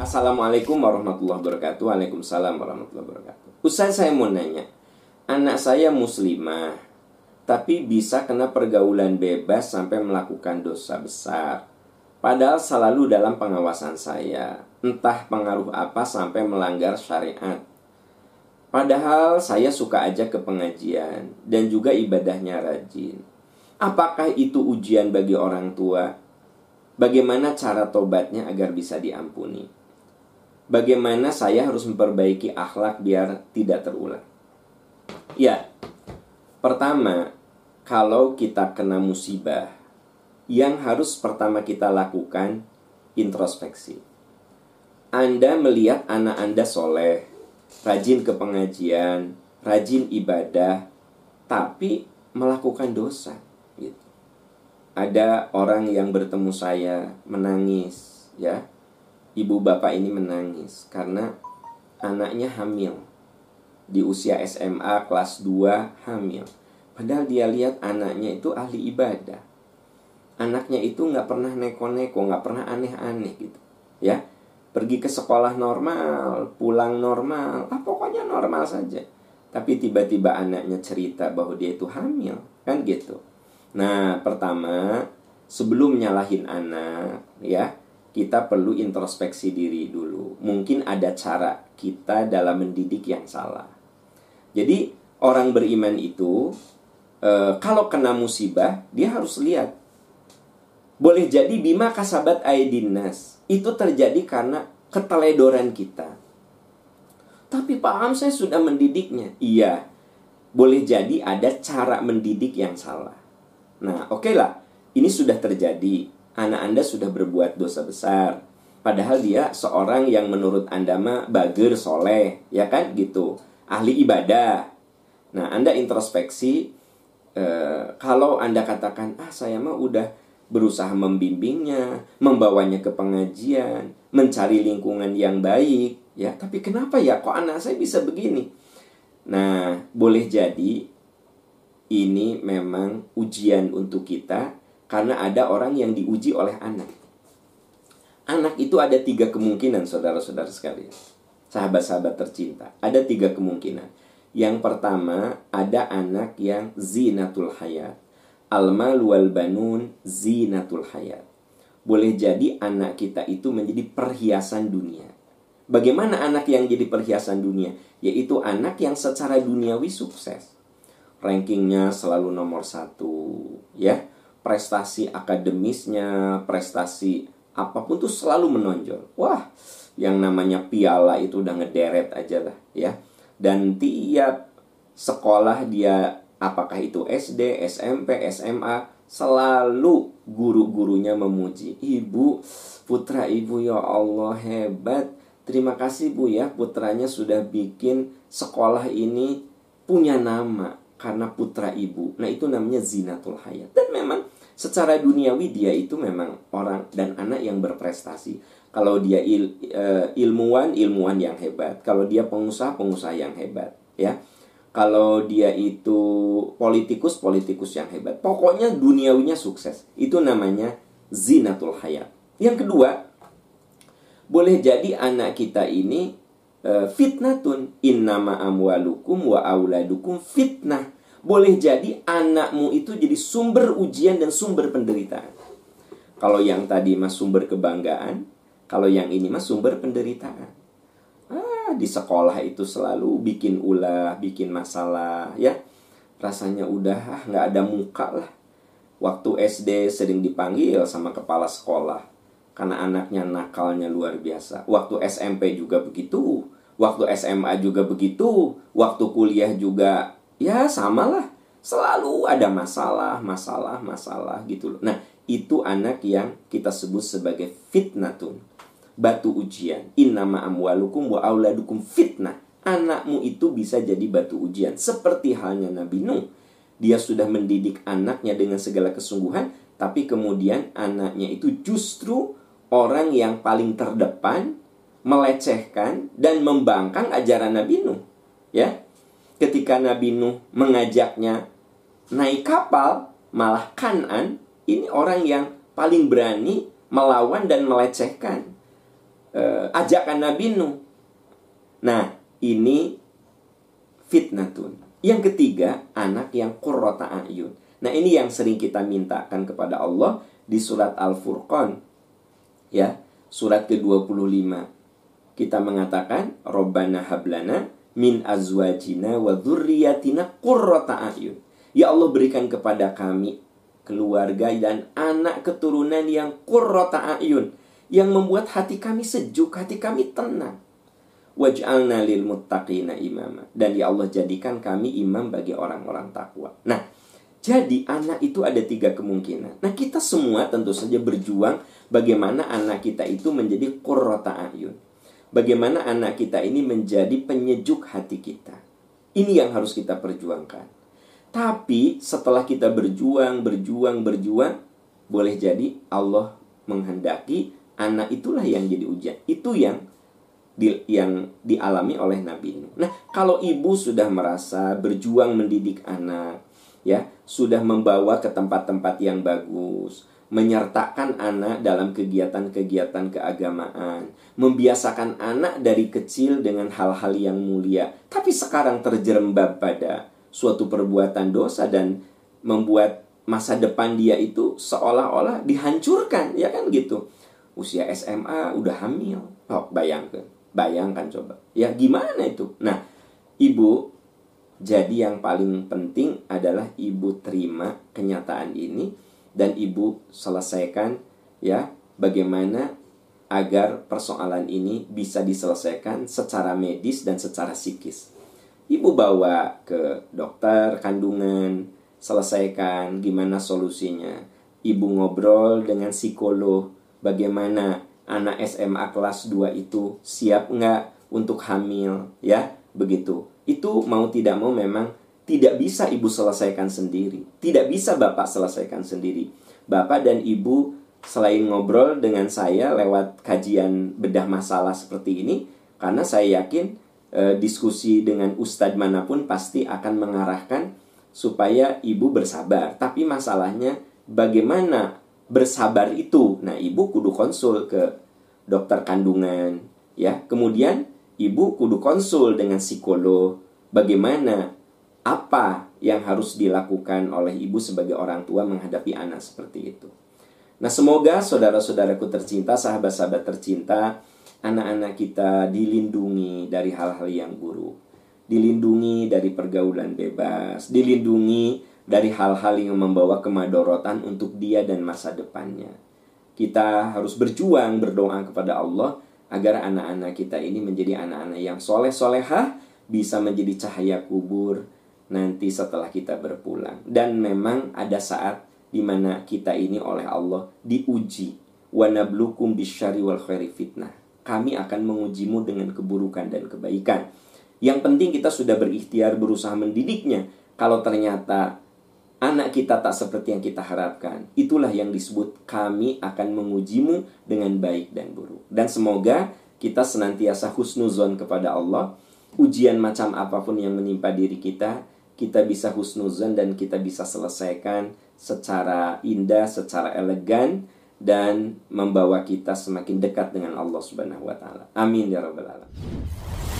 Assalamualaikum warahmatullahi wabarakatuh. Waalaikumsalam warahmatullahi wabarakatuh. Ustaz, saya mau nanya, anak saya muslimah, tapi bisa kena pergaulan bebas sampai melakukan dosa besar. Padahal selalu dalam pengawasan saya. Entah pengaruh apa sampai melanggar syariat. Padahal saya suka aja ke pengajian dan juga ibadahnya rajin. Apakah itu ujian bagi orang tua? Bagaimana cara tobatnya agar bisa diampuni? Bagaimana saya harus memperbaiki akhlak biar tidak terulang? Ya, pertama, kalau kita kena musibah, yang harus pertama kita lakukan introspeksi. Anda melihat anak Anda soleh, rajin ke pengajian, rajin ibadah, tapi melakukan dosa. Gitu. Ada orang yang bertemu saya menangis, ya. Ibu bapak ini menangis karena anaknya hamil. Di usia SMA kelas 2 hamil. Padahal dia lihat anaknya itu ahli ibadah. Anaknya itu gak pernah neko-neko, gak pernah aneh-aneh gitu. Ya, pergi ke sekolah normal, pulang normal, pokoknya normal saja. Tapi tiba-tiba anaknya cerita bahwa dia itu hamil, kan gitu. Nah, pertama, sebelum nyalahin anak, ya, kita perlu introspeksi diri dulu. Mungkin ada cara kita dalam mendidik yang salah. Jadi orang beriman itu kalau kena musibah, dia harus lihat. Boleh jadi bima kasabat aydin nas. Itu terjadi karena keteledoran kita. Tapi paham, saya sudah mendidiknya. Iya, boleh jadi ada cara mendidik yang salah. Nah, oke lah, ini sudah terjadi. Anak Anda sudah berbuat dosa besar. Padahal dia seorang yang menurut Anda mah bager, soleh, ya kan gitu, ahli ibadah. Nah, Anda introspeksi. Kalau Anda katakan, saya mah udah berusaha membimbingnya, membawanya ke pengajian, mencari lingkungan yang baik, ya. Tapi kenapa ya kok anak saya bisa begini? Nah, boleh jadi ini memang ujian untuk kita. Karena ada orang yang diuji oleh anak. Anak itu ada 3 kemungkinan, saudara-saudara sekalian. Sahabat-sahabat tercinta. Ada 3 kemungkinan. Yang pertama, ada anak yang zinatul hayat. Al-mal wal banun zinatul hayat. Boleh jadi anak kita itu menjadi perhiasan dunia. Bagaimana anak yang jadi perhiasan dunia? Yaitu anak yang secara duniawi sukses. Rankingnya selalu nomor 1, ya. Prestasi akademisnya, prestasi apapun tuh selalu menonjol. Wah, yang namanya piala itu udah ngederet aja lah, ya. Dan tiap sekolah dia, apakah itu SD, SMP, SMA, selalu guru-gurunya memuji. Ibu, putra ibu ya Allah hebat. Terima kasih Bu ya, putranya sudah bikin sekolah ini punya nama karena putra ibu. Nah, itu namanya zinatul hayat. Dan memang secara duniawi dia itu memang orang dan anak yang berprestasi. Kalau dia ilmuwan yang hebat. Kalau dia pengusaha yang hebat, ya. Kalau dia itu politikus yang hebat. Pokoknya duniawinya sukses. Itu namanya zinatul hayat. Yang kedua, boleh jadi anak kita ini fitnatun. Innama amwalukum wa auladukum fitnah. Boleh jadi anakmu itu jadi sumber ujian dan sumber penderitaan. Kalau yang tadi mas sumber kebanggaan, kalau yang ini mas sumber penderitaan. Di sekolah itu selalu bikin ulah, bikin masalah, ya. Rasanya udah nggak ada muka lah. Waktu SD sering dipanggil sama kepala sekolah karena anaknya nakalnya luar biasa. Waktu SMP juga begitu. Waktu SMA juga begitu. Waktu kuliah juga ya samalah, selalu ada masalah gitu loh. Nah, itu anak yang kita sebut sebagai fitnatun, batu ujian. Innama amwalukum wa auladukum fitnah. Anakmu itu bisa jadi batu ujian. Seperti halnya Nabi Nuh. Dia sudah mendidik anaknya dengan segala kesungguhan, tapi kemudian anaknya itu justru orang yang paling terdepan, melecehkan dan membangkang ajaran Nabi Nuh, ya. Ketika Nabi Nuh mengajaknya naik kapal, malah Kan'an, ini orang yang paling berani melawan dan melecehkan. ajakan Nabi Nuh. Nah, ini fitnatun. Yang ketiga, anak yang qurrata a'yun. Nah, ini yang sering kita mintakan kepada Allah di surat Al-Furqan. Ya, surat ke-25. Kita mengatakan, Rabbana hablana min azwajina wa dzurriyyatina qurrata a'yun. Ya Allah, berikan kepada kami keluarga dan anak keturunan yang qurrata a'yun, yang membuat hati kami sejuk, hati kami tenang. Waj'alna lil muttaqina imama. Dan ya Allah, jadikan kami imam bagi orang-orang takwa. Nah, jadi anak itu ada 3 kemungkinan. Nah, kita semua tentu saja berjuang bagaimana anak kita itu menjadi qurrata a'yun. Bagaimana anak kita ini menjadi penyejuk hati kita. Ini yang harus kita perjuangkan. Tapi setelah kita berjuang, boleh jadi Allah menghendaki anak itulah yang jadi ujian. Itu yang dialami oleh Nabi Nuh. Nah, kalau ibu sudah merasa berjuang mendidik anak, ya, sudah membawa ke tempat-tempat yang bagus, menyertakan anak dalam kegiatan-kegiatan keagamaan, membiasakan anak dari kecil dengan hal-hal yang mulia, tapi sekarang terjerembab pada suatu perbuatan dosa dan membuat masa depan dia itu seolah-olah dihancurkan, ya kan gitu. Usia SMA udah hamil. Oh, bayangkan coba. Ya gimana itu? Nah, ibu, jadi yang paling penting adalah ibu terima kenyataan ini dan ibu selesaikan, ya, bagaimana agar persoalan ini bisa diselesaikan secara medis dan secara psikis. Ibu bawa ke dokter kandungan, selesaikan gimana solusinya. Ibu ngobrol dengan psikolog, bagaimana anak SMA kelas 2 itu siap nggak untuk hamil, ya, begitu. Itu mau tidak mau memang tidak bisa ibu selesaikan sendiri. Tidak bisa bapak selesaikan sendiri. Bapak dan ibu selain ngobrol dengan saya lewat kajian bedah masalah seperti ini, karena saya yakin diskusi dengan ustadz manapun pasti akan mengarahkan supaya ibu bersabar. Tapi masalahnya bagaimana bersabar itu? Nah, ibu kudu konsul ke dokter kandungan, ya. Kemudian ibu kudu konsul dengan psikolog. Bagaimana, apa yang harus dilakukan oleh ibu sebagai orang tua menghadapi anak seperti itu. Nah, semoga saudara-saudaraku tercinta, sahabat-sahabat tercinta, anak-anak kita dilindungi dari hal-hal yang buruk, dilindungi dari pergaulan bebas, dilindungi dari hal-hal yang membawa kemadorotan untuk dia dan masa depannya. Kita harus berjuang, berdoa kepada Allah agar anak-anak kita ini menjadi anak-anak yang soleh-solehah, bisa menjadi cahaya kubur nanti setelah kita berpulang. Dan memang ada saat di mana kita ini oleh Allah diuji. Wa nablukum bisyarri wal khairi fitnah. Kami akan mengujimu dengan keburukan dan kebaikan. Yang penting kita sudah berikhtiar berusaha mendidiknya. Kalau ternyata anak kita tak seperti yang kita harapkan, itulah yang disebut kami akan mengujimu dengan baik dan buruk. Dan semoga kita senantiasa husnuzon kepada Allah. Ujian macam apapun yang menimpa diri kita bisa husnuzon dan kita bisa selesaikan secara indah, secara elegan, dan membawa kita semakin dekat dengan Allah Subhanahu wa taala. Amin ya rabbal alamin.